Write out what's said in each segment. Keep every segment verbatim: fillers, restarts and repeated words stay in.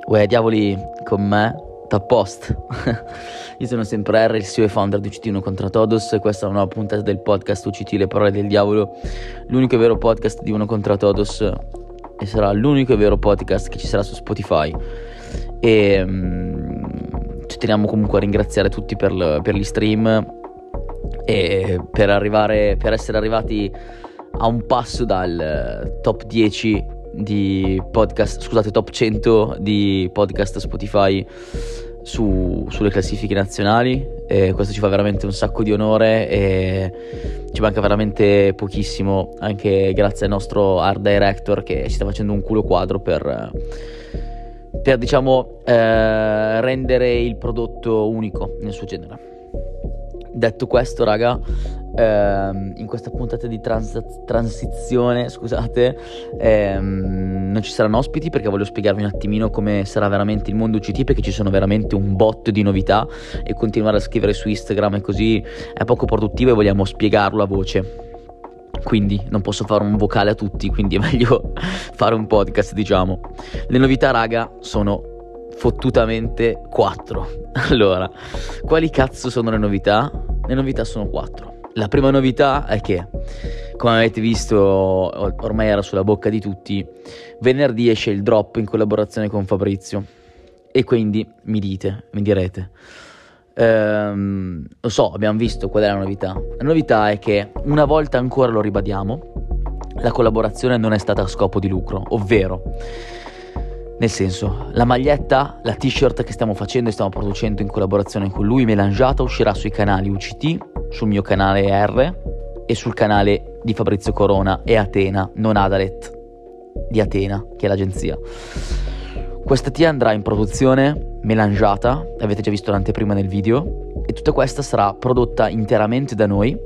Uè, diavoli, con me, t'appost. Io sono sempre R, il C E O e founder di U C T uno contro Todos, e questa è una nuova puntata del podcast U C T, le parole del diavolo, l'unico e vero podcast di Uno contro Todos, e sarà l'unico e vero podcast che ci sarà su Spotify. E um, ci teniamo comunque a ringraziare tutti per, l- per gli stream e per arrivare, per essere arrivati a un passo dal top dieci di podcast, scusate, top cento di podcast Spotify su, sulle classifiche nazionali, e questo ci fa veramente un sacco di onore e ci manca veramente pochissimo, anche grazie al nostro art director che ci sta facendo un culo quadro per, per diciamo eh, rendere il prodotto unico nel suo genere. Detto questo, raga, ehm, in questa puntata di trans- transizione, scusate, ehm, non ci saranno ospiti perché voglio spiegarvi un attimino come sarà veramente il mondo U C T, perché ci sono veramente un botto di novità e continuare a scrivere su Instagram e così è poco produttivo e vogliamo spiegarlo a voce. Quindi non posso fare un vocale a tutti, quindi è meglio fare un podcast, diciamo. Le novità, raga, sono fottutamente quattro. Allora, quali cazzo sono le novità? Le novità sono quattro. La prima novità è che, come avete visto, ormai era sulla bocca di tutti, venerdì esce il drop in collaborazione con Fabrizio. E quindi mi dite, mi direte, ehm, lo so, abbiamo visto qual è la novità. La novità è che, una volta ancora lo ribadiamo, la collaborazione non è stata a scopo di lucro, ovvero, nel senso, la maglietta, la t-shirt che stiamo facendo e stiamo producendo in collaborazione con lui, Melangiata, uscirà sui canali U C T, sul mio canale R e sul canale di Fabrizio Corona e Atena, non Adalet, di Atena, che è l'agenzia. Questa T andrà in produzione Melangiata, avete già visto l'anteprima nel video, e tutta questa sarà prodotta interamente da noi,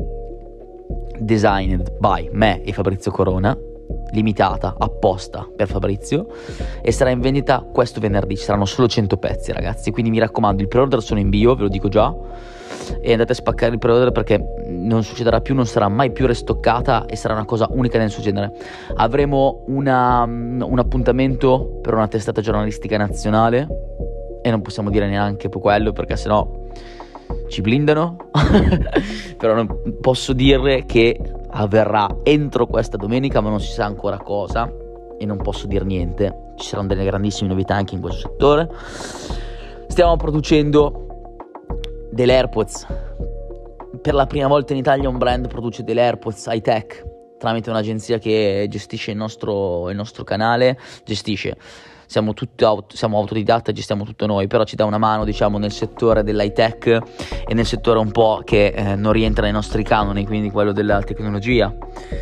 designed by me e Fabrizio Corona, limitata apposta per Fabrizio, e sarà in vendita questo venerdì. Ci saranno solo cento pezzi, ragazzi, quindi mi raccomando, il pre-order sono in bio, ve lo dico già, e andate a spaccare il pre-order perché non succederà più, non sarà mai più restoccata e sarà una cosa unica nel suo genere. Avremo una, un appuntamento per una testata giornalistica nazionale e non possiamo dire neanche quello perché sennò ci blindano. Però non posso dire che avverrà entro questa domenica, ma non si sa ancora cosa e non posso dire niente. Ci saranno delle grandissime novità anche in questo settore. Stiamo producendo delle AirPods. Per la prima volta in Italia un brand produce delle AirPods high tech tramite un'agenzia che gestisce il nostro, il nostro canale, gestisce Siamo, tutti auto, siamo autodidatta, gestiamo tutto noi, però ci dà una mano, diciamo, nel settore dell'high tech e nel settore un po' che eh, non rientra nei nostri canoni, quindi quello della tecnologia.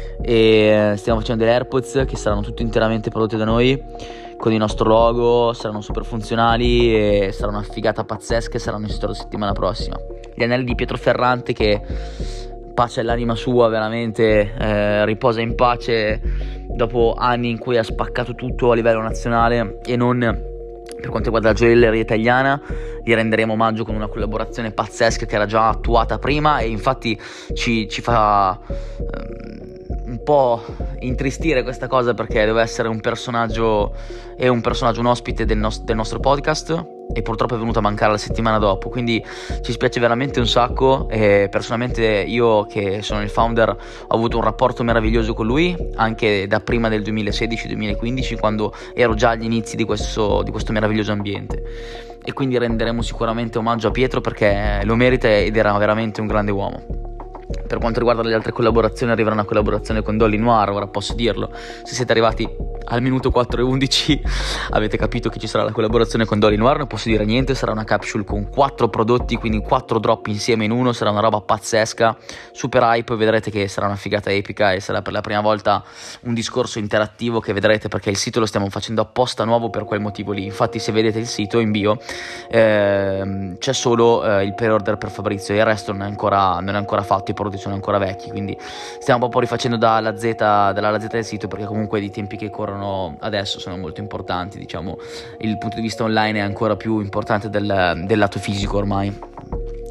E stiamo facendo delle AirPods che saranno tutte interamente prodotte da noi, con il nostro logo, saranno super funzionali e sarà una figata pazzesca e saranno in store la settimana prossima. Gli anelli di Pietro Ferrante, che pace all'anima sua, veramente eh, riposa in pace dopo anni in cui ha spaccato tutto a livello nazionale e non per quanto riguarda la gioielleria italiana. Gli renderemo omaggio con una collaborazione pazzesca che era già attuata prima e infatti ci, ci fa um, un po' intristire questa cosa, perché deve essere un personaggio e un personaggio, un ospite del, nos- del nostro podcast, e purtroppo è venuto a mancare la settimana dopo, quindi ci spiace veramente un sacco. E personalmente io, che sono il founder, ho avuto un rapporto meraviglioso con lui anche da prima del duemilasedici duemilaquindici, quando ero già agli inizi di questo, di questo meraviglioso ambiente, e quindi renderemo sicuramente omaggio a Pietro perché lo merita ed era veramente un grande uomo. Per quanto riguarda le altre collaborazioni, arriverà una collaborazione con Dolly Noir. Ora posso dirlo, se siete arrivati al minuto quattro e undici avete capito che ci sarà la collaborazione con Dolly Noir. Non posso dire niente, sarà una capsule con quattro prodotti, quindi quattro drop insieme in uno, sarà una roba pazzesca, super hype, vedrete che sarà una figata epica e sarà per la prima volta un discorso interattivo che vedrete, perché il sito lo stiamo facendo apposta nuovo per quel motivo lì. Infatti se vedete il sito in bio ehm, c'è solo eh, il pre-order per Fabrizio e il resto non è ancora, non è ancora fatto, i prodotti sono ancora vecchi, quindi stiamo un po' rifacendo dalla Z, dalla Z del sito, perché comunque i tempi che corrono adesso sono molto importanti, diciamo il punto di vista online è ancora più importante del, del lato fisico ormai.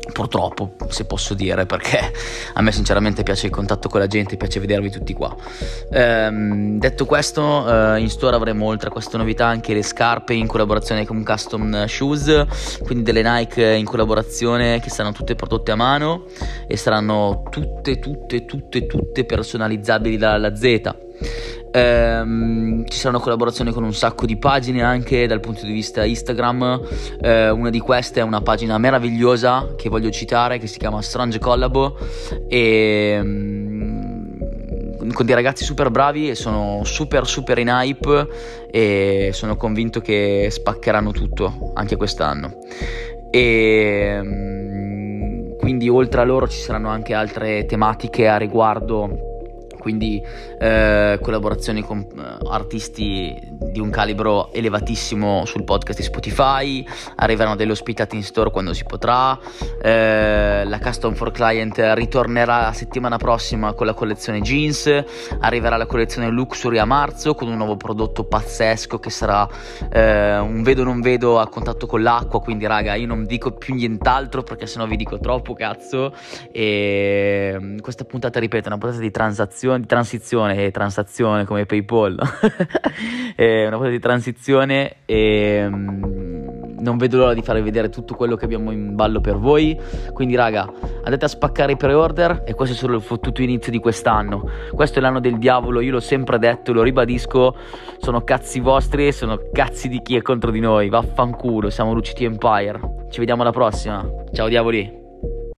purtroppo, se posso dire, perché a me sinceramente piace il contatto con la gente, piace vedervi tutti qua. Ehm, detto questo, eh, in store avremo oltre a questa novità anche le scarpe in collaborazione con Custom Shoes, quindi delle Nike in collaborazione che saranno tutte prodotte a mano e saranno tutte tutte tutte tutte personalizzabili dalla Z. Um, ci saranno collaborazioni con un sacco di pagine anche dal punto di vista Instagram. Uh, una di queste è una pagina meravigliosa che voglio citare, che si chiama Strange Collabo, e um, con dei ragazzi super bravi, e sono super super in hype e sono convinto che spaccheranno tutto anche quest'anno. E um, quindi oltre a loro ci saranno anche altre tematiche a riguardo, quindi eh, collaborazioni con eh, artisti di un calibro elevatissimo sul podcast di Spotify, arriveranno delle ospitate in store quando si potrà, eh, la Custom for Client ritornerà la settimana prossima con la collezione jeans, arriverà la collezione Luxury a marzo con un nuovo prodotto pazzesco che sarà eh, un vedo non vedo a contatto con l'acqua, quindi raga io non dico più nient'altro perché sennò vi dico troppo cazzo. E questa puntata, ripeto, è una puntata di transazione di transizione e transazione come PayPal è una cosa di transizione e um, non vedo l'ora di farvi vedere tutto quello che abbiamo in ballo per voi, quindi raga andate a spaccare i pre-order e questo è solo il fottuto inizio di quest'anno. Questo è l'anno del diavolo, io l'ho sempre detto, lo ribadisco, sono cazzi vostri e sono cazzi di chi è contro di noi, vaffanculo, siamo Lucidi Empire, ci vediamo alla prossima, ciao diavoli.